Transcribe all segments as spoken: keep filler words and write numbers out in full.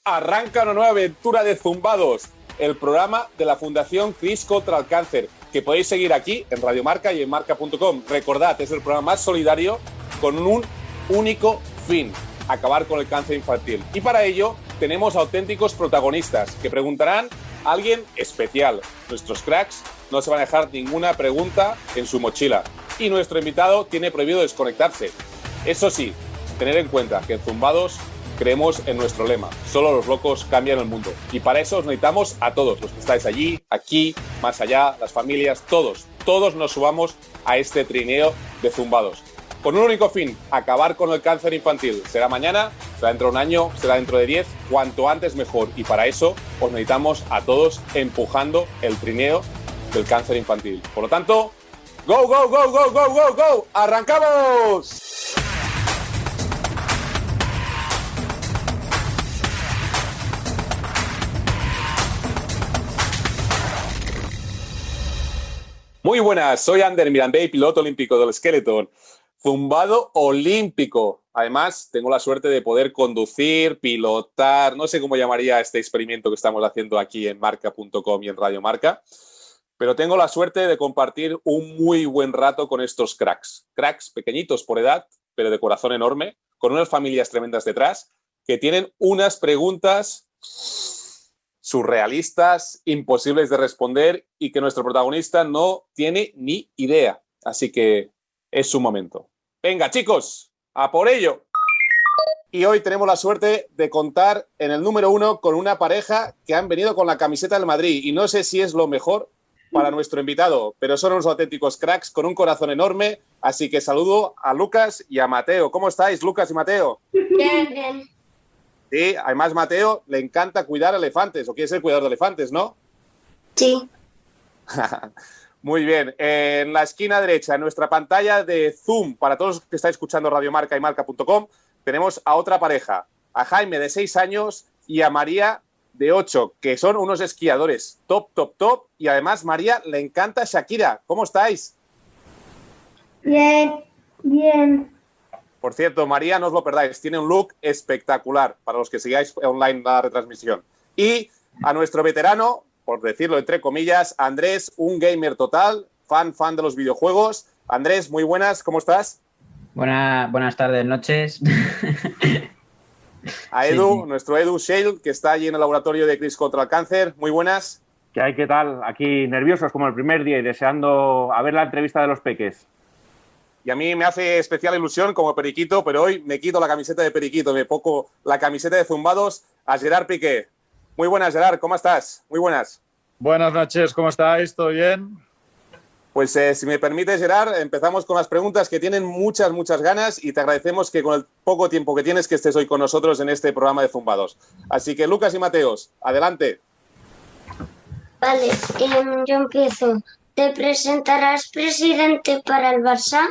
Arranca una nueva aventura de Zumbados, el programa de la Fundación CRIS contra el Cáncer, que podéis seguir aquí en Radio Marca y en marca punto com. Recordad, es el programa más solidario con un único fin: acabar con el cáncer infantil. Y para ello tenemos auténticos protagonistas que preguntarán a alguien especial. Nuestros cracks no se van a dejar ninguna pregunta en su mochila. Y nuestro invitado tiene prohibido desconectarse. Eso sí, tener en cuenta que en Zumbados creemos en nuestro lema: solo los locos cambian el mundo. Y para eso os necesitamos a todos, los que estáis allí, aquí, más allá, las familias, todos. Todos nos subamos a este trineo de Zumbados. Con un único fin: acabar con el cáncer infantil. Será mañana, será dentro de un año, será dentro de diez, cuanto antes mejor. Y para eso os necesitamos a todos empujando el trineo del cáncer infantil. Por lo tanto, ¡go, go, go, go, go, go, go! ¡Arrancamos! Muy buenas, soy Ander Mirandey, piloto olímpico del Skeleton. Zumbado olímpico. Además, tengo la suerte de poder conducir, pilotar, no sé cómo llamaría este experimento que estamos haciendo aquí en marca punto com y en Radio Marca, pero tengo la suerte de compartir un muy buen rato con estos cracks. Cracks pequeñitos por edad, pero de corazón enorme, con unas familias tremendas detrás, que tienen unas preguntas surrealistas, imposibles de responder y que nuestro protagonista no tiene ni idea. Así que es su momento. Venga, chicos, a por ello. Y hoy tenemos la suerte de contar en el número uno con una pareja que han venido con la camiseta del Madrid. Y no sé si es lo mejor para nuestro invitado, pero son unos auténticos cracks con un corazón enorme. Así que saludo a Lucas y a Mateo. ¿Cómo estáis, Lucas y Mateo? Bien, bien. Sí, además Mateo le encanta cuidar elefantes, o quiere ser cuidador de elefantes, ¿no? Sí. Muy bien. En la esquina derecha, en nuestra pantalla de Zoom, para todos los que estáis escuchando Radio Marca y marca punto com, tenemos a otra pareja, a Jaime de seis años y a María de ocho, que son unos esquiadores top, top, top. Y además María le encanta Shakira. ¿Cómo estáis? Bien, bien. Por cierto, María, no os lo perdáis, tiene un look espectacular para los que sigáis online la retransmisión. Y a nuestro veterano, por decirlo entre comillas, Andrés, un gamer total, fan, fan de los videojuegos. Andrés, muy buenas, ¿cómo estás? Buena, buenas tardes, noches. A Edu, Sí. nuestro Edu Shale, que está allí en el laboratorio de CRIS contra el Cáncer. Muy buenas. ¿Qué hay? ¿Qué tal? Aquí nerviosos como el primer día y deseando a ver la entrevista de los peques. Y a mí me hace especial ilusión como periquito, pero hoy me quito la camiseta de periquito, me pongo la camiseta de Zumbados a Gerard Piqué. Muy buenas, Gerard, ¿cómo estás? Muy buenas. Buenas noches, ¿cómo estáis? ¿Todo bien? Pues eh, si me permites, Gerard, empezamos con las preguntas que tienen muchas, muchas ganas y te agradecemos que con el poco tiempo que tienes que estés hoy con nosotros en este programa de Zumbados. Así que, Lucas y Mateos, adelante. Vale, eh, yo empiezo. ¿Te presentarás presidente para el Barça?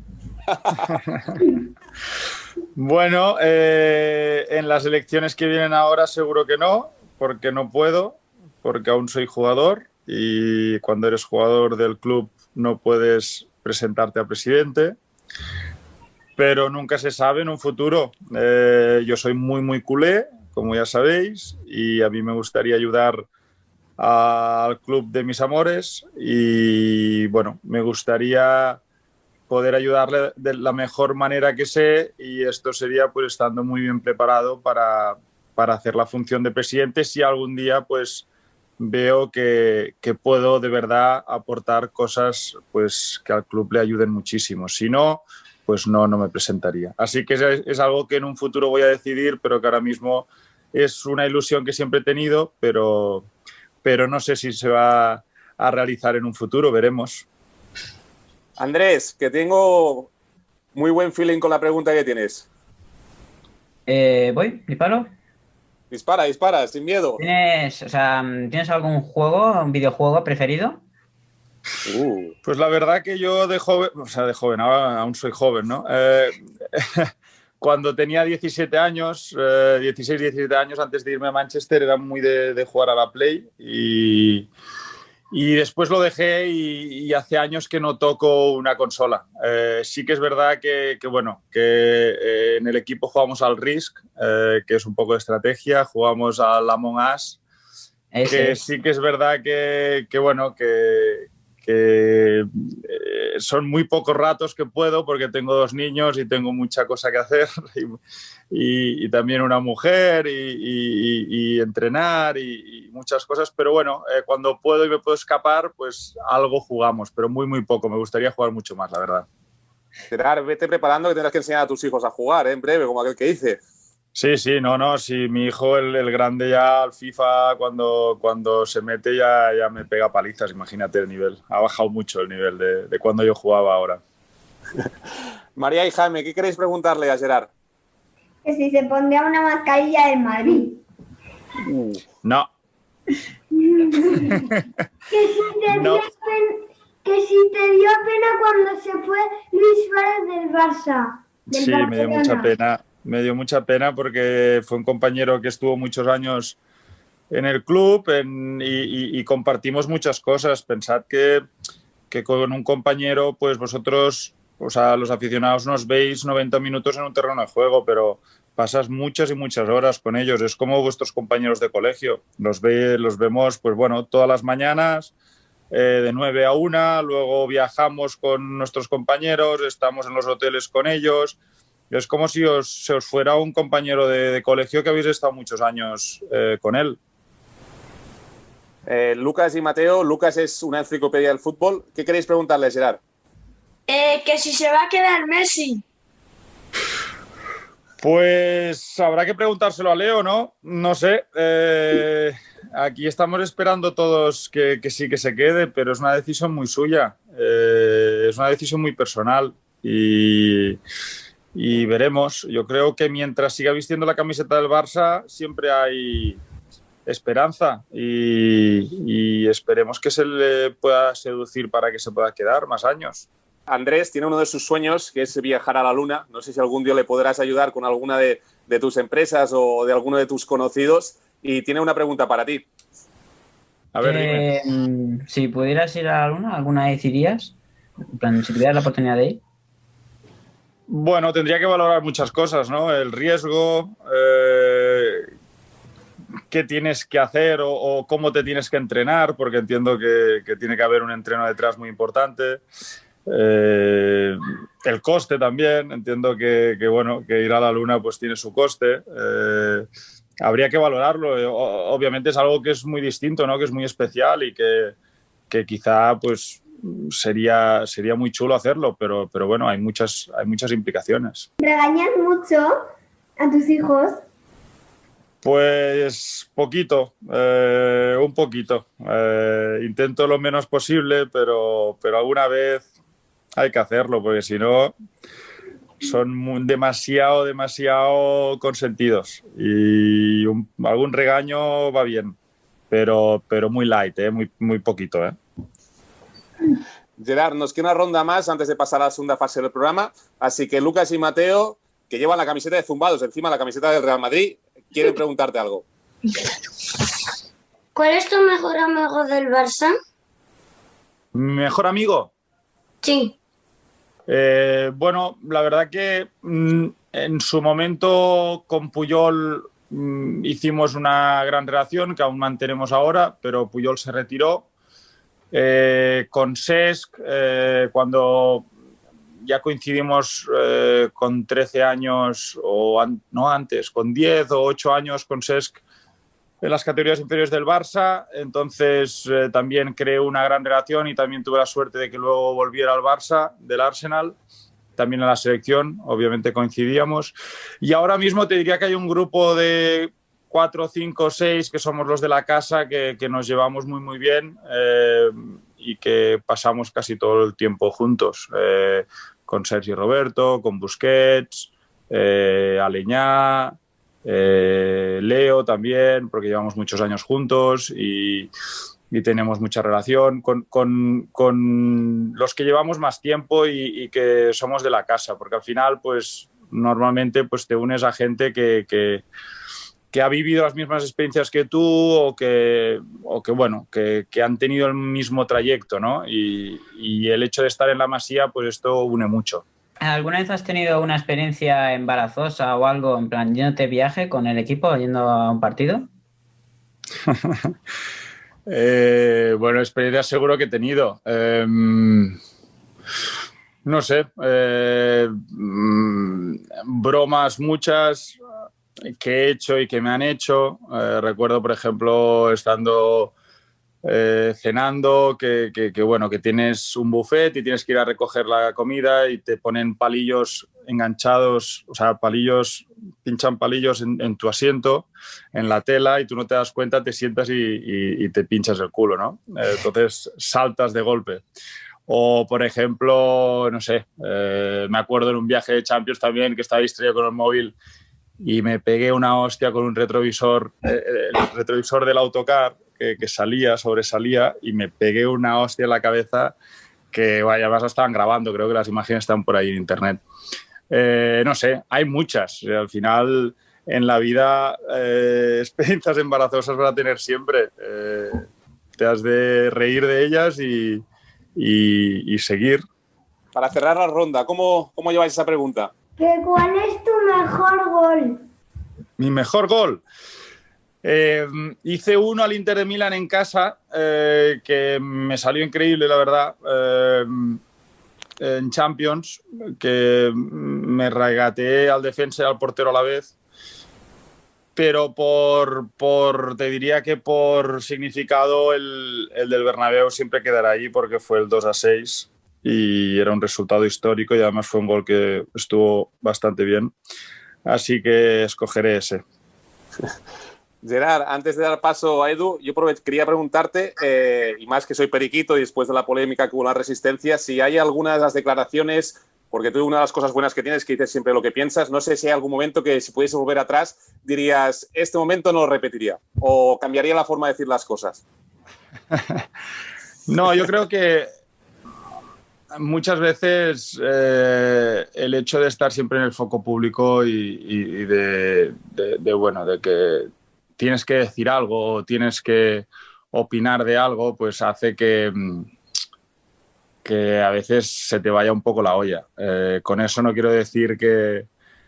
Bueno, eh, en las elecciones que vienen ahora seguro que no, porque no puedo, porque aún soy jugador y cuando eres jugador del club no puedes presentarte a presidente, pero nunca se sabe en un futuro. Eh, yo soy muy, muy culé, como ya sabéis, y a mí me gustaría ayudar al club de mis amores y, bueno, me gustaría poder ayudarle de la mejor manera que sé y esto sería pues estando muy bien preparado para, para hacer la función de presidente si algún día pues veo que, que puedo de verdad aportar cosas pues que al club le ayuden muchísimo. Si no, pues no, no me presentaría. Así que es, es algo que en un futuro voy a decidir, pero que ahora mismo es una ilusión que siempre he tenido, pero, pero no sé si se va a realizar en un futuro, veremos. Andrés, que tengo muy buen feeling con la pregunta que tienes. Eh, ¿Voy? ¿Disparo? Dispara, dispara, sin miedo. ¿Tienes, o sea, ¿tienes algún juego, un videojuego preferido? Uh. Pues la verdad que yo de joven, o sea, de joven, ahora aún soy joven, ¿no? Eh, cuando tenía diecisiete años, eh, dieciséis, diecisiete años, antes de irme a Manchester, era muy de, de jugar a la Play y, y después lo dejé y, y hace años que no toco una consola. Eh, sí que es verdad que, que bueno, que eh, en el equipo jugamos al Risk, eh, que es un poco de estrategia, jugamos al Among Us, Ese que es. sí que es verdad que, que bueno, que, que eh, son muy pocos ratos que puedo porque tengo dos niños y tengo mucha cosa que hacer y, y, y también una mujer y, y, y entrenar y, y muchas cosas, pero bueno, eh, cuando puedo y me puedo escapar, pues algo jugamos, pero muy, muy poco. Me gustaría jugar mucho más, la verdad. Gerard, vete preparando que tendrás que enseñar a tus hijos a jugar, ¿eh? En breve, como aquel que dice. Sí, sí, no, no, sí, mi hijo, el, el grande ya al FIFA, cuando, cuando se mete ya, ya me pega palizas, imagínate el nivel. Ha bajado mucho el nivel de, de cuando yo jugaba ahora. María y Jaime, ¿qué queréis preguntarle a Gerard? Que si se pondría una mascarilla del Madrid. No. Que si te No. dio pen- que si te dio pena cuando se fue Luis Suárez del Barça. Del Sí, me dio Barcelona. mucha pena. Me dio mucha pena porque fue un compañero que estuvo muchos años en el club en- y, y- y compartimos muchas cosas. Pensad que, que con un compañero, pues vosotros, o sea, los aficionados nos veis noventa minutos en un terreno de juego, pero pasas muchas y muchas horas con ellos. Es como vuestros compañeros de colegio. Los, ve, los vemos, pues bueno, todas las mañanas, eh, de nueve a una, luego viajamos con nuestros compañeros, estamos en los hoteles con ellos. Es como si os, se os fuera un compañero de, de colegio que habéis estado muchos años eh, con él. Eh, Lucas y Mateo, Lucas es una enciclopedia del fútbol. ¿Qué queréis preguntarle, Gerard? Eh, que si se va a quedar Messi. Pues habrá que preguntárselo a Leo, ¿no? No sé. Eh, aquí estamos esperando todos que, que sí que se quede, pero es una decisión muy suya. Eh, es una decisión muy personal y, y veremos. Yo creo que mientras siga vistiendo la camiseta del Barça, siempre hay esperanza y, y esperemos que se le pueda seducir para que se pueda quedar más años. Andrés tiene uno de sus sueños, que es viajar a la Luna. No sé si algún día le podrás ayudar con alguna de, de tus empresas o de alguno de tus conocidos. Y tiene una pregunta para ti. A ver, dime. Eh, si pudieras ir a la Luna, ¿alguna vez irías? En plan, si tuvieras la oportunidad de ir. Bueno, tendría que valorar muchas cosas, ¿no? El riesgo, eh, qué tienes que hacer o, o cómo te tienes que entrenar, porque entiendo que, que tiene que haber un entreno detrás muy importante. Eh, el coste también, entiendo que, que, bueno, que ir a la Luna pues tiene su coste. Eh, habría que valorarlo. O, obviamente es algo que es muy distinto, ¿no? Que es muy especial y que, que quizá pues sería, sería muy chulo hacerlo, pero, pero bueno, hay muchas, hay muchas implicaciones. ¿Regañas mucho a tus hijos? Pues poquito, eh, un poquito. Eh, intento lo menos posible, pero, pero alguna vez hay que hacerlo, porque si no son muy, demasiado, demasiado consentidos. Y un, algún regaño va bien, pero, pero muy light, ¿eh? muy, muy poquito. ¿eh? Gerard, nos queda una ronda más antes de pasar a la segunda fase del programa. Así que Lucas y Mateo, que llevan la camiseta de Zumbados, encima la camiseta del Real Madrid, quieren preguntarte algo. ¿Cuál es tu mejor amigo del Barça? ¿Mejor amigo? Sí. Eh, bueno, la verdad que mm, en su momento con Puyol mm, hicimos una gran relación que aún mantenemos ahora, pero Puyol se retiró. Eh, con Cesc, eh, cuando ya coincidimos eh, con trece años, o an no antes, con diez o ocho años con Cesc en las categorías inferiores del Barça, entonces eh, también creé una gran relación y también tuve la suerte de que luego volviera al Barça, del Arsenal, también en la selección, obviamente coincidíamos. Y ahora mismo te diría que hay un grupo de cuatro, cinco, seis que somos los de la casa que, que nos llevamos muy, muy bien eh, y que pasamos casi todo el tiempo juntos, eh, con Sergi Roberto, con Busquets, eh, Aleñá, Eh, Leo también, porque llevamos muchos años juntos y, y tenemos mucha relación con, con, con los que llevamos más tiempo y, y que somos de la casa, porque al final pues normalmente pues te unes a gente que, que, que ha vivido las mismas experiencias que tú o que, o que bueno, que, que han tenido el mismo trayecto, ¿no? Y, y el hecho de estar en la Masía, pues esto une mucho. ¿Alguna vez has tenido una experiencia embarazosa o algo, en plan, yéndote viaje con el equipo, yendo a un partido? eh, bueno, experiencia seguro que he tenido. Eh, no sé, eh, bromas muchas que he hecho y que me han hecho. Eh, recuerdo, por ejemplo, estando eh, cenando, que, que, que, bueno, que tienes un buffet y tienes que ir a recoger la comida y te ponen palillos enganchados, o sea, palillos, pinchan palillos en, en tu asiento, en la tela, y tú no te das cuenta, te sientas y, y, y te pinchas el culo, ¿no? Eh, entonces saltas de golpe. O, por ejemplo, no sé, eh, me acuerdo en un viaje de Champions también que estaba distraído con el móvil y me pegué una hostia con un retrovisor, eh, el retrovisor del autocar que, que salía, sobresalía, y me pegué una hostia en la cabeza que, vaya, además estaban grabando, creo que las imágenes están por ahí en internet. Eh, no sé, hay muchas. Al final, en la vida, eh, experiencias embarazosas vas a tener siempre. Eh, te has de reír de ellas y, y, y seguir. Para cerrar la ronda, ¿cómo, cómo lleváis esa pregunta? ¿Cuál es tu mejor gol? Mi mejor gol. Eh, hice uno al Inter de Milán en casa, eh, que me salió increíble, la verdad, eh, en Champions, que me regateé al defensa y al portero a la vez, pero por, por te diría que por significado el, el del Bernabéu siempre quedará ahí, porque fue el dos a seis y era un resultado histórico y además fue un gol que estuvo bastante bien, así que escogeré ese. Gerard, antes de dar paso a Edu, yo quería preguntarte, eh, y más que soy periquito y después de la polémica que hubo en la Resistencia, si hay alguna de las declaraciones, porque tú una de las cosas buenas que tienes es que dices siempre lo que piensas, no sé si hay algún momento que si pudiese volver atrás dirías, este momento no lo repetiría, o cambiaría la forma de decir las cosas. No, yo creo que muchas veces eh, el hecho de estar siempre en el foco público y, y, y de, de, de, bueno, de que tienes que decir algo, tienes que opinar de algo, pues hace que, que a veces se te vaya un poco la olla. Eh, con eso no quiero decir que,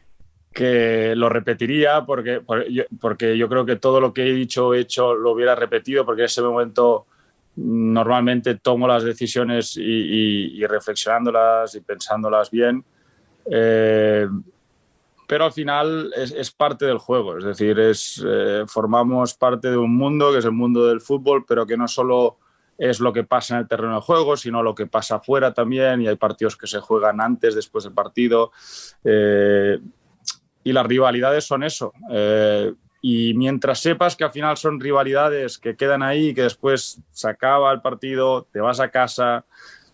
que lo repetiría, porque, porque yo creo que todo lo que he dicho o hecho lo hubiera repetido, porque en ese momento normalmente tomo las decisiones y, y, y reflexionándolas y pensándolas bien. Eh, pero al final es, es parte del juego, es decir, es, eh, formamos parte de un mundo que es el mundo del fútbol, pero que no solo es lo que pasa en el terreno de juego, sino lo que pasa afuera también, y hay partidos que se juegan antes, después del partido, eh, y las rivalidades son eso. Eh, y mientras sepas que al final son rivalidades que quedan ahí, que después se acaba el partido, te vas a casa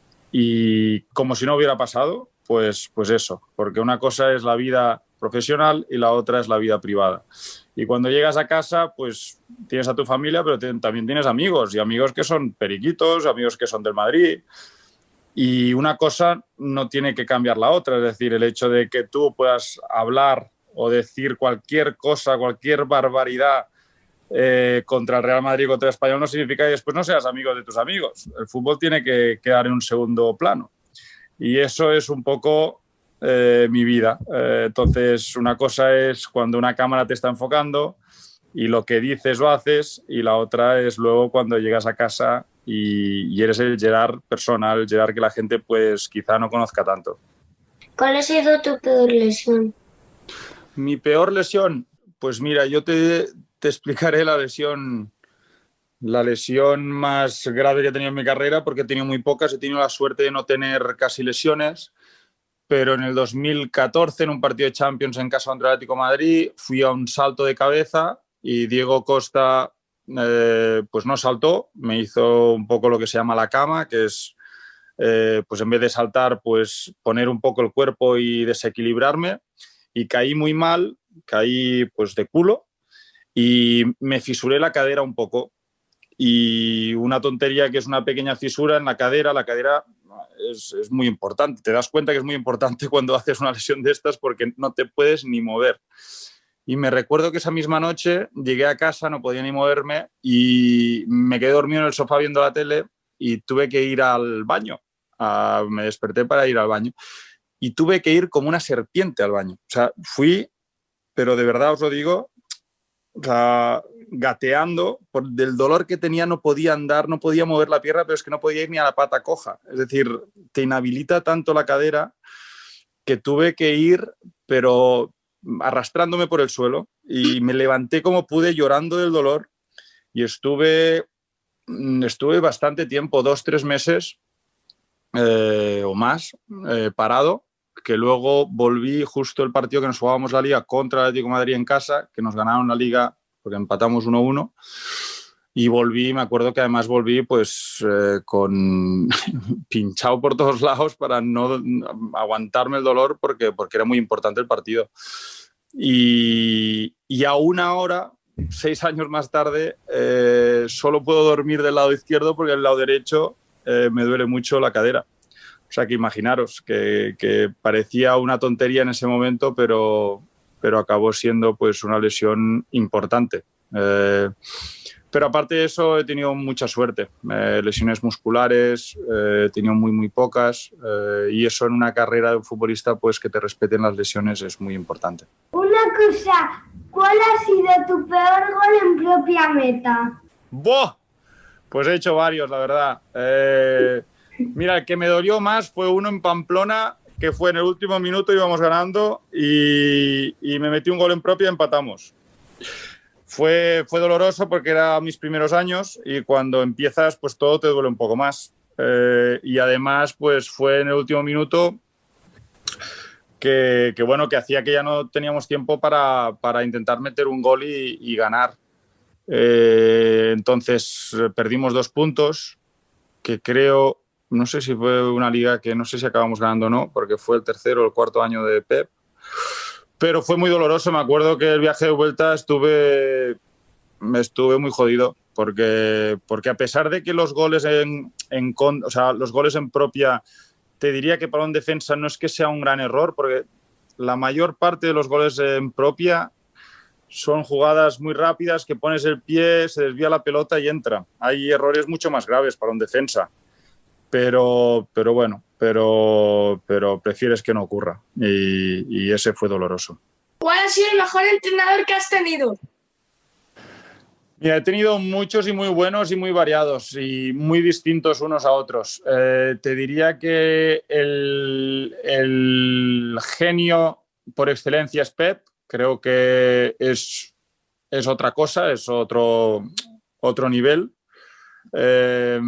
y como si no hubiera pasado, pues, pues eso, porque una cosa es la vida profesional y la otra es la vida privada. Y cuando llegas a casa, pues tienes a tu familia, pero te, también tienes amigos, y amigos que son periquitos, amigos que son del Madrid, y una cosa no tiene que cambiar la otra. Es decir, el hecho de que tú puedas hablar o decir cualquier cosa, cualquier barbaridad eh, contra el Real Madrid, contra el Español, no significa que después no seas amigo de tus amigos. El fútbol tiene que quedar en un segundo plano. Y eso es un poco eh, mi vida. Eh, entonces, una cosa es cuando una cámara te está enfocando y lo que dices o haces, y la otra es luego cuando llegas a casa y, y eres el Gerard personal, el Gerard que la gente pues quizá no conozca tanto. ¿Cuál ha sido tu peor lesión? Mi peor lesión, pues mira, yo te, te explicaré la lesión, la lesión más grave que he tenido en mi carrera, porque he tenido muy pocas, he tenido la suerte de no tener casi lesiones, pero en el dos mil catorce, en un partido de Champions en casa contra el Atlético de Madrid, fui a un salto de cabeza y Diego Costa eh, pues no saltó, me hizo un poco lo que se llama la cama, que es eh, pues en vez de saltar, pues poner un poco el cuerpo y desequilibrarme, y caí muy mal, caí pues de culo y me fisuré la cadera un poco. Y una tontería que es una pequeña fisura en la cadera, la cadera es, es muy importante. Te das cuenta que es muy importante cuando haces una lesión de estas porque no te puedes ni mover. Y me recuerdo que esa misma noche llegué a casa, no podía ni moverme y me quedé dormido en el sofá viendo la tele y tuve que ir al baño. Uh, me desperté para ir al baño y tuve que ir como una serpiente al baño. O sea, fui, pero de verdad os lo digo, o sea, gateando, por del dolor que tenía no podía andar, no podía mover la pierna, pero es que no podía ir ni a la pata coja. Es decir, te inhabilita tanto la cadera que tuve que ir, pero arrastrándome por el suelo, y me levanté como pude llorando del dolor y estuve, estuve bastante tiempo, dos, tres meses eh, o más, eh, parado, que luego volví justo el partido que nos jugábamos la Liga contra el Atlético de Madrid en casa, que nos ganaron la Liga porque empatamos uno uno, y volví, me acuerdo que además volví pues eh, con pinchado por todos lados para no aguantarme el dolor porque, porque era muy importante el partido. Y, y aún ahora, seis años más tarde, eh, solo puedo dormir del lado izquierdo porque el lado derecho eh, me duele mucho la cadera. O sea que imaginaros que, que parecía una tontería en ese momento, pero, pero acabó siendo pues una lesión importante. Eh, Pero aparte de eso he tenido mucha suerte, eh, lesiones musculares, eh, he tenido muy muy pocas eh, y eso en una carrera de un futbolista, pues que te respeten las lesiones es muy importante. Una cosa, ¿cuál ha sido tu peor gol en propia meta? ¡Buah! Pues he hecho varios, la verdad. Eh, mira, el que me dolió más fue uno en Pamplona, que fue en el último minuto, íbamos ganando y, y me metí un gol en propia y empatamos. Fue, fue doloroso porque eran mis primeros años y cuando empiezas pues todo te duele un poco más. Eh, y además pues fue en el último minuto que, que bueno, que hacía que ya no teníamos tiempo para, para intentar meter un gol y, y ganar. Eh, entonces perdimos dos puntos que creo, no sé si fue una liga que no sé si acabamos ganando o no, porque fue el tercero o el cuarto año de Pep. Pero fue muy doloroso, me acuerdo que el viaje de vuelta estuve, estuve muy jodido, porque, porque a pesar de que los goles en, en, o sea, los goles en propia, te diría que para un defensa no es que sea un gran error, porque la mayor parte de los goles en propia son jugadas muy rápidas, que pones el pie, se desvía la pelota y entra. Hay errores mucho más graves para un defensa. Pero, pero bueno, pero, pero prefieres que no ocurra y, y ese fue doloroso. ¿Cuál ha sido el mejor entrenador que has tenido? Mira, he tenido muchos y muy buenos y muy variados y muy distintos unos a otros. Eh, te diría que el, el genio por excelencia es Pep. Creo que es, es otra cosa, es otro, otro nivel. Eh,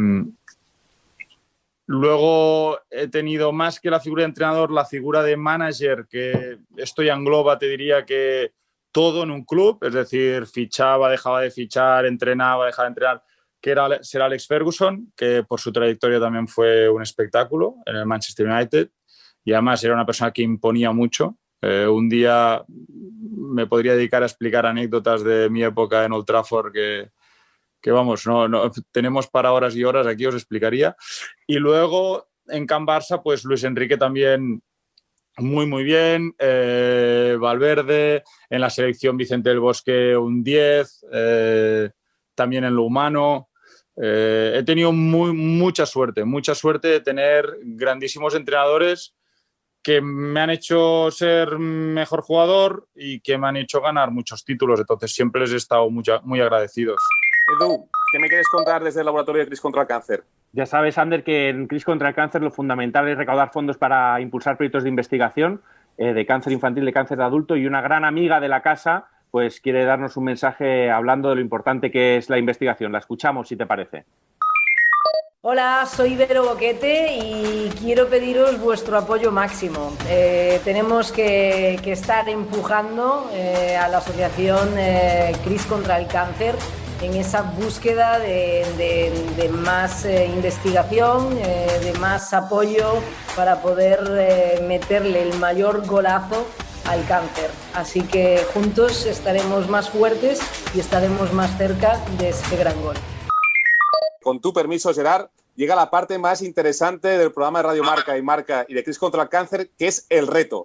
Luego he tenido más que la figura de entrenador, la figura de manager, que esto ya engloba, te diría que todo en un club, es decir, fichaba, dejaba de fichar, entrenaba, dejaba de entrenar, que era ser Alex Ferguson, que por su trayectoria también fue un espectáculo en el Manchester United y además era una persona que imponía mucho. Eh, un día me podría dedicar a explicar anécdotas de mi época en Old Trafford que... que vamos, no, no, tenemos para horas y horas, aquí os explicaría. Y luego en Can Barça, pues Luis Enrique también muy, muy bien. Eh, Valverde, en la selección Vicente del Bosque un diez, eh, también en lo humano. Eh, he tenido muy, mucha suerte, mucha suerte de tener grandísimos entrenadores que me han hecho ser mejor jugador y que me han hecho ganar muchos títulos. Entonces siempre les he estado muy, muy agradecidos. Edu, ¿qué me quieres contar desde el laboratorio de Cris contra el Cáncer? Ya sabes, Ander, que en Cris contra el Cáncer lo fundamental es recaudar fondos para impulsar proyectos de investigación eh, de cáncer infantil, de cáncer de adulto, y una gran amiga de la casa pues quiere darnos un mensaje hablando de lo importante que es la investigación. La escuchamos, si te parece. Hola, soy Vero Boquete y quiero pediros vuestro apoyo máximo. Eh, tenemos que, que estar empujando eh, a la asociación eh, Cris contra el Cáncer en esa búsqueda de, de, de más eh, investigación, eh, de más apoyo para poder eh, meterle el mayor golazo al cáncer. Así que juntos estaremos más fuertes y estaremos más cerca de ese gran gol. Con tu permiso, Gerard, llega la parte más interesante del programa de Radio Marca y Marca y de Cris contra el Cáncer, que es el reto.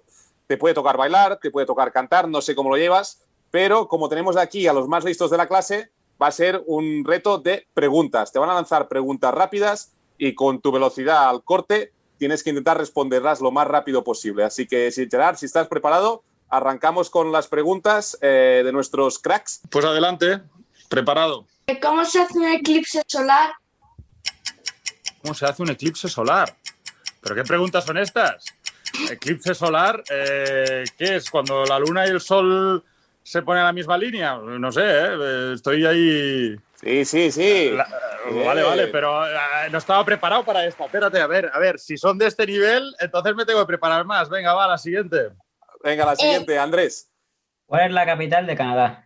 te puede tocar bailar, te puede tocar cantar, no sé cómo lo llevas, pero como tenemos aquí a los más listos de la clase, va a ser un reto de preguntas. Te van a lanzar preguntas rápidas y con tu velocidad al corte tienes que intentar responderlas lo más rápido posible. Así que, Gerard, si estás preparado, arrancamos con las preguntas eh, de nuestros cracks. Pues adelante, preparado. ¿Cómo se hace un eclipse solar? ¿Cómo se hace un eclipse solar? ¿Pero qué preguntas son estas? Eclipse solar, eh, ¿qué es? ¿Cuando la luna y el sol se ponen a la misma línea? No sé, ¿eh? Estoy ahí... Sí, sí, sí. La, vale, vale, pero uh, no estaba preparado para esta. Espérate, a ver, a ver, si son de este nivel, entonces me tengo que preparar más. Venga, va, la siguiente. Venga, la siguiente, Andrés. ¿Cuál es la capital de Canadá?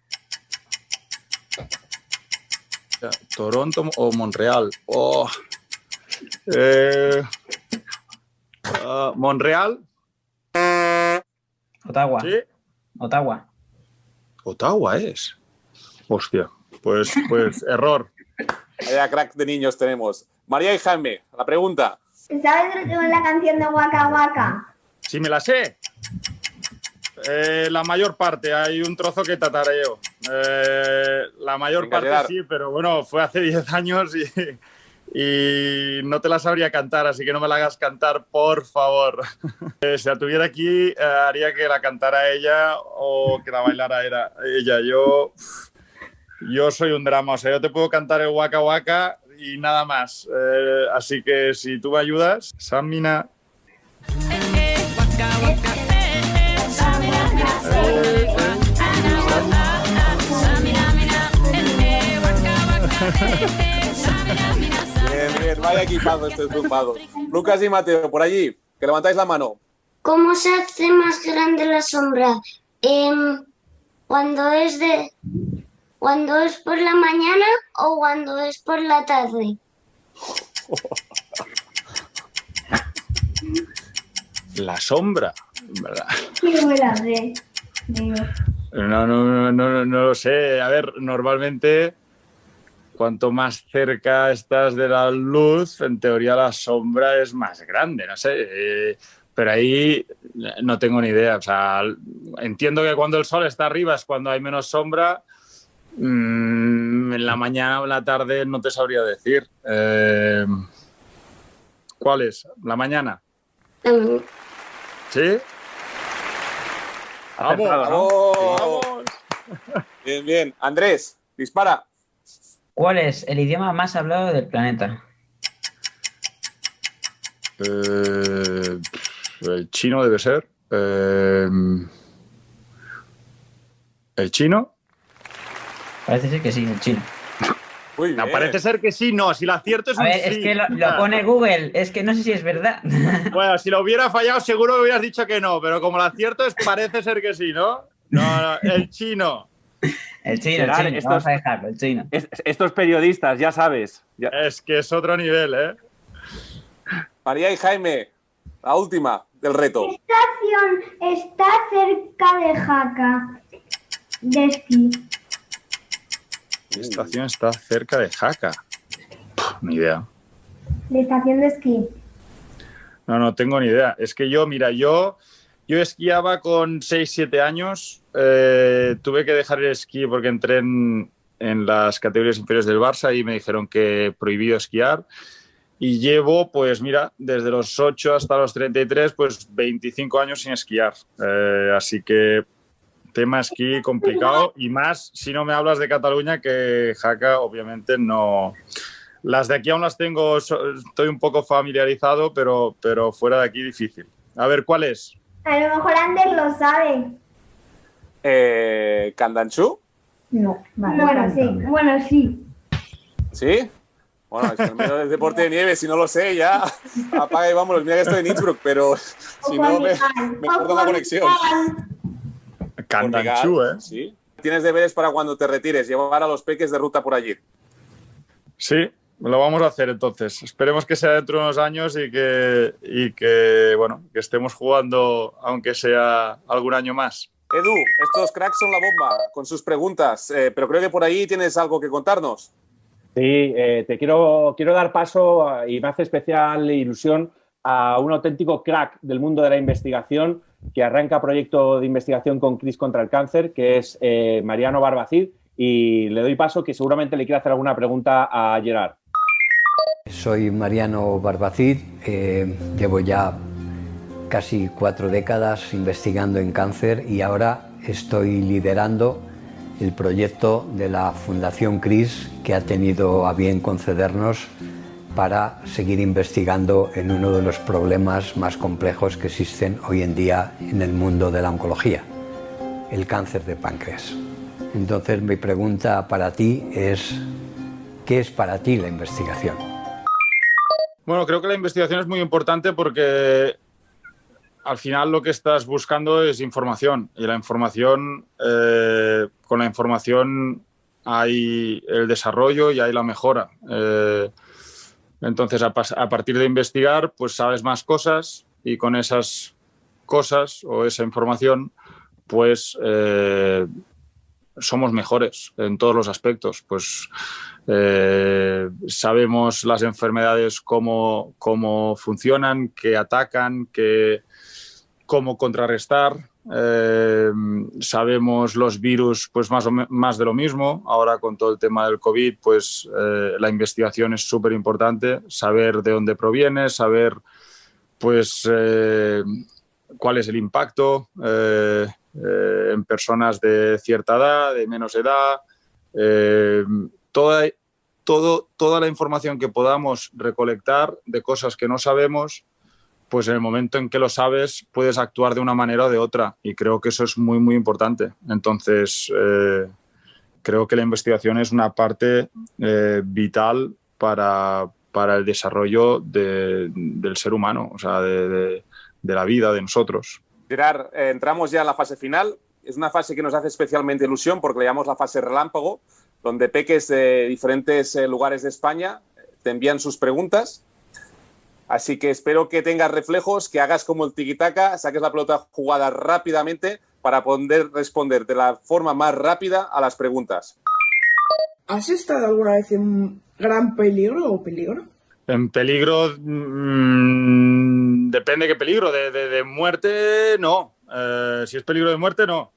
¿Toronto o Montreal? Oh. Eh, uh, ¿Montreal? Ottawa. ¿Sí? Ottawa. Ottawa es. Hostia, pues, pues error. Vaya crack de niños tenemos. María y Jaime, la pregunta. ¿Sabes la canción de Waka Waka? Sí, me la sé. Eh, la mayor parte, hay un trozo que tatareo. Eh, la mayor Venga, parte Gerard. sí, pero bueno, fue hace diez años y, y no te la sabría cantar, así que no me la hagas cantar, por favor. Eh, si la tuviera aquí, eh, haría que la cantara ella o que la bailara era ella. Yo, yo soy un drama, o sea, yo te puedo cantar el Waka Waka y nada más. Eh, así que si tú me ayudas, Samina... Bien, bien, vaya equipazo estos zumbados. Lucas y Mateo, por allí, que levantáis la mano. ¿Cómo se hace más grande la sombra? Em, ¿Cuando es de, cuando es por la mañana o cuando es por la tarde? La sombra, ¿verdad? Sí, me la sé. Digo. No, no, no, no, no lo sé. A ver, normalmente cuanto más cerca estás de la luz, en teoría la sombra es más grande, no sé. Eh, pero ahí no tengo ni idea. O sea, entiendo que cuando el sol está arriba es cuando hay menos sombra. Mm, en la mañana o en la tarde no te sabría decir. Eh, ¿Cuál es? ¿La mañana? Mm, ¿Sí? ¡Vamos! Acertado, ¿no? ¡Vamos! Bien, bien. Andrés, dispara. ¿Cuál es el idioma más hablado del planeta? Eh, el chino debe ser. Eh, ¿El chino? Parece ser que sí, el chino. Muy bien. No, parece ser que sí, no. Si lo acierto es A un ver, sí. es que lo, lo pone Google, es que no sé si es verdad. Bueno, si lo hubiera fallado seguro que hubieras dicho que no, pero como lo acierto es parece ser que sí, ¿no? No, no, el chino. El chino, el Gerard, chino, estos- vamos a dejarlo, el chino. Es- estos periodistas, ya sabes. ya- Es que es otro nivel, ¿eh? María y Jaime, la última del reto. ¿Qué estación está cerca de Jaca? De esquí. ¿Qué estación está cerca de Jaca? Pff, ni idea. De estación de esquí. No, no tengo ni idea. Es que yo, mira, yo, yo esquiaba con seis, siete años. Eh, tuve que dejar el esquí porque entré en, en las categorías inferiores del Barça y me dijeron que prohibido esquiar. Y llevo, pues mira, desde los ocho hasta los treinta y tres, pues veinticinco años sin esquiar. Eh, así que tema esquí complicado y más si no me hablas de Cataluña, que Jaca obviamente no... Las de aquí aún las tengo, so- estoy un poco familiarizado, pero, pero fuera de aquí difícil. A ver, ¿cuál es? A lo mejor Ander lo sabe. Eh, ¿Candanchú? No. Vale, bueno, sí. Bueno, sí. ¿Sí? Bueno, es que el mío es deporte de nieve, si no lo sé, ya apaga y vámonos. Mira que estoy en Innsbruck, pero si no me, me corta la conexión. Candanchú, ¿eh? Sí. Tienes deberes para cuando te retires, llevar a los peques de ruta por allí. Sí, lo vamos a hacer entonces. Esperemos que sea dentro de unos años y que, y que, bueno, que estemos jugando, aunque sea algún año más. Edu, estos cracks son la bomba con sus preguntas, eh, pero creo que por ahí tienes algo que contarnos. Sí, eh, te quiero, quiero dar paso a- y me hace especial ilusión a un auténtico crack del mundo de la investigación que arranca proyecto de investigación con CRIS contra el cáncer, que es eh, Mariano Barbacid, y le doy paso, que seguramente le quiere hacer alguna pregunta a Gerard. Soy Mariano Barbacid, eh, llevo ya casi cuatro décadas investigando en cáncer y ahora estoy liderando el proyecto de la Fundación CRIS, que ha tenido a bien concedernos para seguir investigando en uno de los problemas más complejos que existen hoy en día en el mundo de la oncología, el cáncer de páncreas. Entonces, mi pregunta para ti es, ¿qué es para ti la investigación? Bueno, creo que la investigación es muy importante porque al final lo que estás buscando es información, y la información, eh, con la información hay el desarrollo y hay la mejora. Eh, entonces, a, a partir de investigar, pues sabes más cosas, y con esas cosas o esa información, pues eh, somos mejores en todos los aspectos. Pues eh, sabemos las enfermedades, cómo, cómo funcionan, qué atacan, qué, cómo contrarrestar. Eh, sabemos los virus, pues más, o me, más de lo mismo. Ahora con todo el tema del COVID, pues eh, la investigación es súper importante. Saber de dónde proviene, saber pues eh, cuál es el impacto eh, eh, en personas de cierta edad, de menos edad. Eh, toda, todo, toda la información que podamos recolectar de cosas que no sabemos, pues en el momento en que lo sabes puedes actuar de una manera o de otra, y creo que eso es muy, muy importante. Entonces, eh, creo que la investigación es una parte eh, vital para, para el desarrollo de, del ser humano, o sea, de, de, de la vida, de nosotros. Gerard, eh, entramos ya en la fase final. Es una fase que nos hace especialmente ilusión porque le llamamos la fase relámpago, donde peques de diferentes eh, lugares de España te envían sus preguntas. Así que espero que tengas reflejos, que hagas como el tiquitaca, saques la pelota jugada rápidamente para poder responder de la forma más rápida a las preguntas. ¿Has estado alguna vez en gran peligro o peligro? En peligro, mmm, depende qué peligro. De, de, de muerte, no. Eh, si es peligro de muerte, no.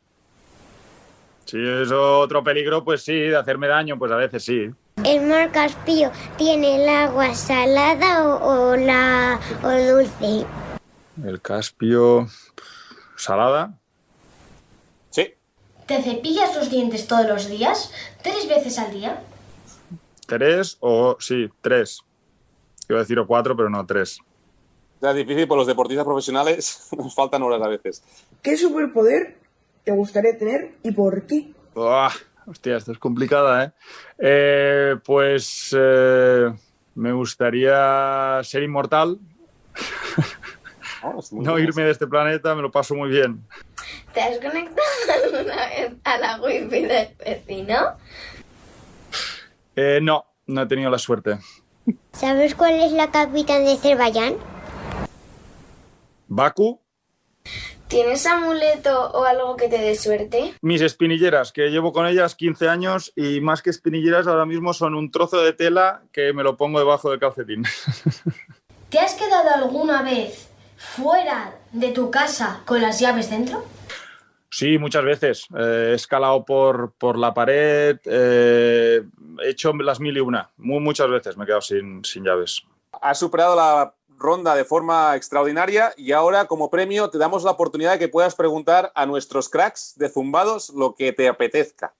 Si es otro peligro, pues sí, de hacerme daño, pues a veces sí. ¿El mar Caspio tiene el agua salada o, o, la, o dulce? El Caspio... ¿salada? Sí. ¿Te cepillas los dientes todos los días? ¿Tres veces al día? ¿Tres o...? Sí, tres. Iba a decir o cuatro, pero no, tres. Es difícil, por los deportistas profesionales nos faltan horas a veces. ¿Qué superpoder te gustaría tener y por qué? ¡Oh! Hostia, esto es complicada, ¿eh? eh pues eh, me gustaría ser inmortal. Oh, no irme de este planeta, me lo paso muy bien. ¿Te has conectado alguna vez a la wifi del vecino? Eh, no, no he tenido la suerte. ¿Sabes cuál es la capital de Azerbaiyán? ¿Bakú? ¿Tienes amuleto o algo que te dé suerte? Mis espinilleras, que llevo con ellas quince años, y más que espinilleras ahora mismo son un trozo de tela que me lo pongo debajo del calcetín. ¿Te has quedado alguna vez fuera de tu casa con las llaves dentro? Sí, muchas veces. Eh, he escalado por, por la pared, eh, he hecho las mil y una. Muy, muchas veces me he quedado sin, sin llaves. Has superado la ronda de forma extraordinaria y ahora, como premio, te damos la oportunidad de que puedas preguntar a nuestros cracks de Zumbados lo que te apetezca.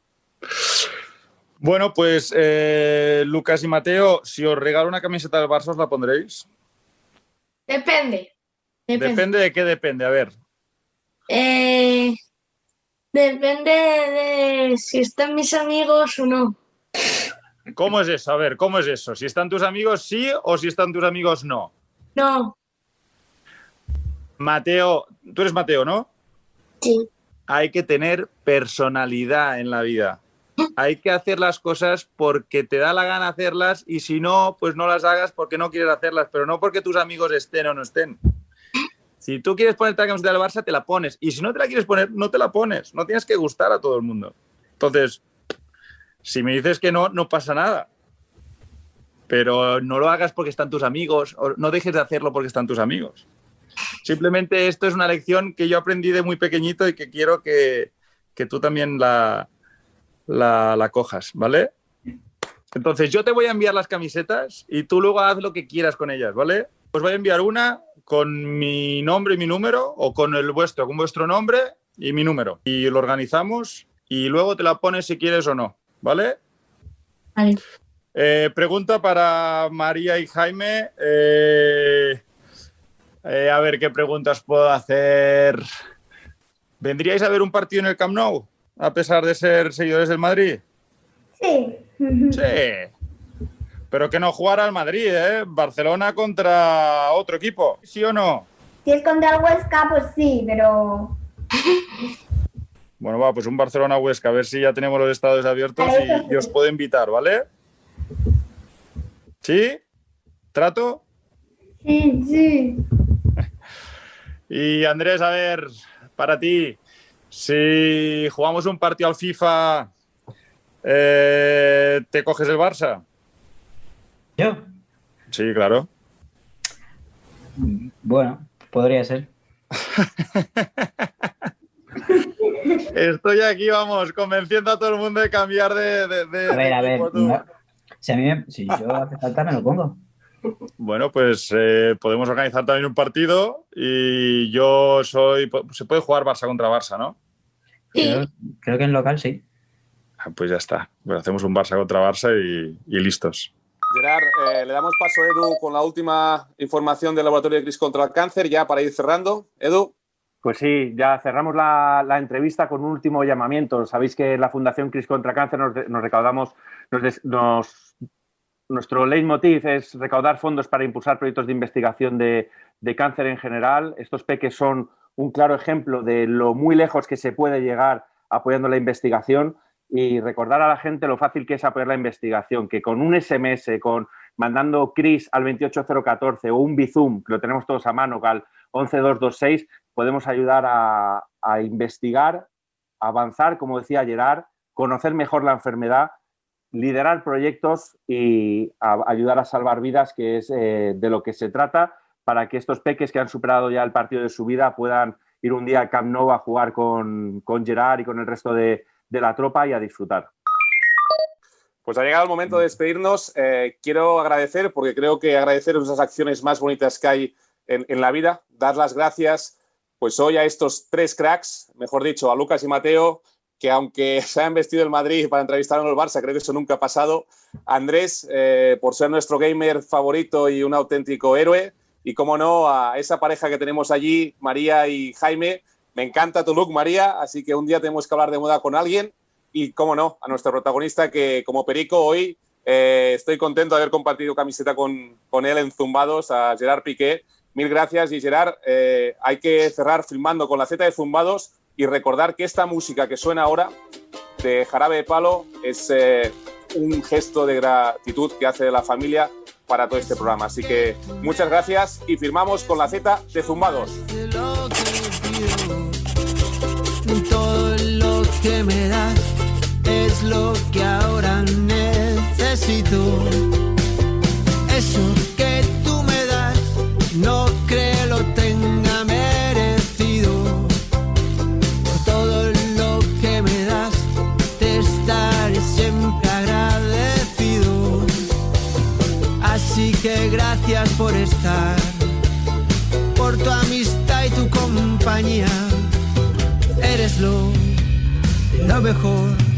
Bueno, pues eh, Lucas y Mateo, si os regalo una camiseta del Barça, ¿os la pondréis? Depende. Depende, ¿Depende de qué depende? A ver. Eh, depende de si están mis amigos o no. ¿Cómo es eso? A ver, ¿cómo es eso? ¿Si están tus amigos sí o si están tus amigos no? No. Mateo, tú eres Mateo, ¿no? Sí. Hay que tener personalidad en la vida. Hay que hacer las cosas porque te da la gana hacerlas, y si no, pues no las hagas porque no quieres hacerlas, pero no porque tus amigos estén o no estén. Si tú quieres ponerte la camiseta del Barça, te la pones. Y si no te la quieres poner, no te la pones. No tienes que gustar a todo el mundo. Entonces, si me dices que no, no pasa nada. Pero no lo hagas porque están tus amigos, o no dejes de hacerlo porque están tus amigos. Simplemente esto es una lección que yo aprendí de muy pequeñito y que quiero que, que tú también la, la, la cojas, ¿vale? Entonces yo te voy a enviar las camisetas y tú luego haz lo que quieras con ellas, ¿vale? Os voy a enviar una con mi nombre y mi número, o con el vuestro, con vuestro nombre y mi número. Y lo organizamos y luego te la pones si quieres o no, ¿vale? Vale. Eh, pregunta para María y Jaime. Eh, eh, a ver qué preguntas puedo hacer. ¿Vendríais a ver un partido en el Camp Nou, a pesar de ser seguidores del Madrid? Sí. Sí. Pero que no jugara al Madrid, ¿eh? Barcelona contra otro equipo, ¿sí o no? Si es contra el Huesca, pues sí, pero... Bueno, va, pues un Barcelona-Huesca, a ver si ya tenemos los estadios abiertos y, y os puedo invitar, ¿vale? ¿Sí? ¿Trato? Sí, sí. Y Andrés, a ver, para ti, si jugamos un partido al FIFA, eh, ¿te coges el Barça? ¿Yo? Sí, claro. Bueno, podría ser. Estoy aquí, vamos, convenciendo a todo el mundo de cambiar de... de, de a ver, de a ver, equipo, no, si a mí me, si yo hace falta me lo pongo. Bueno, pues eh, podemos organizar también un partido y yo soy... Se puede jugar Barça contra Barça, ¿no? Creo, creo que en local sí. Ah, pues ya está. Pues hacemos un Barça contra Barça y, y listos. Gerard, eh, le damos paso a Edu con la última información del Laboratorio de Cris contra el Cáncer, ya para ir cerrando. Edu. Pues sí, ya cerramos la, la entrevista con un último llamamiento. Sabéis que en la Fundación Cris contra Cáncer nos, nos recaudamos, nos, nos, nuestro leitmotiv es recaudar fondos para impulsar proyectos de investigación de, de cáncer en general. Estos peques son un claro ejemplo de lo muy lejos que se puede llegar apoyando la investigación. Y recordar a la gente lo fácil que es apoyar la investigación, que con un ese eme ese, con mandando Cris al veintiocho cero catorce o un Bizum, que lo tenemos todos a mano, al once dos dos seis, podemos ayudar a, a investigar, a avanzar, como decía Gerard, conocer mejor la enfermedad, liderar proyectos y a, ayudar a salvar vidas, que es eh, de lo que se trata, para que estos peques que han superado ya el partido de su vida puedan ir un día al Camp Nou a jugar con, con Gerard y con el resto de de la tropa y a disfrutar. Pues ha llegado el momento de despedirnos. Eh, quiero agradecer, porque creo que agradecer es una de las acciones más bonitas que hay en, en la vida. Dar las gracias pues hoy a estos tres cracks, mejor dicho, a Lucas y Mateo, que aunque se hayan vestido el Madrid para entrevistar en el Barça, creo que eso nunca ha pasado. Andrés, eh, por ser nuestro gamer favorito y un auténtico héroe. Y, cómo no, a esa pareja que tenemos allí, María y Jaime. Me encanta tu look, María, así que un día tenemos que hablar de moda con alguien. Y, cómo no, a nuestro protagonista, que como Perico hoy eh, estoy contento de haber compartido camiseta con, con él en Zumbados, a Gerard Piqué. Mil gracias. Y, Gerard, eh, hay que cerrar filmando con la Z de Zumbados y recordar que esta música que suena ahora, de Jarabe de Palo, es eh, un gesto de gratitud que hace la familia para todo este programa. Así que muchas gracias y firmamos con la Z de Zumbados. Todo lo que me das es lo que ahora necesito. Eso que tú me das no creo lo tenga merecido. Por todo lo que me das te estaré siempre agradecido. Así que gracias por estar, por tu amistad y tu compañía. Eres lo, lo mejor.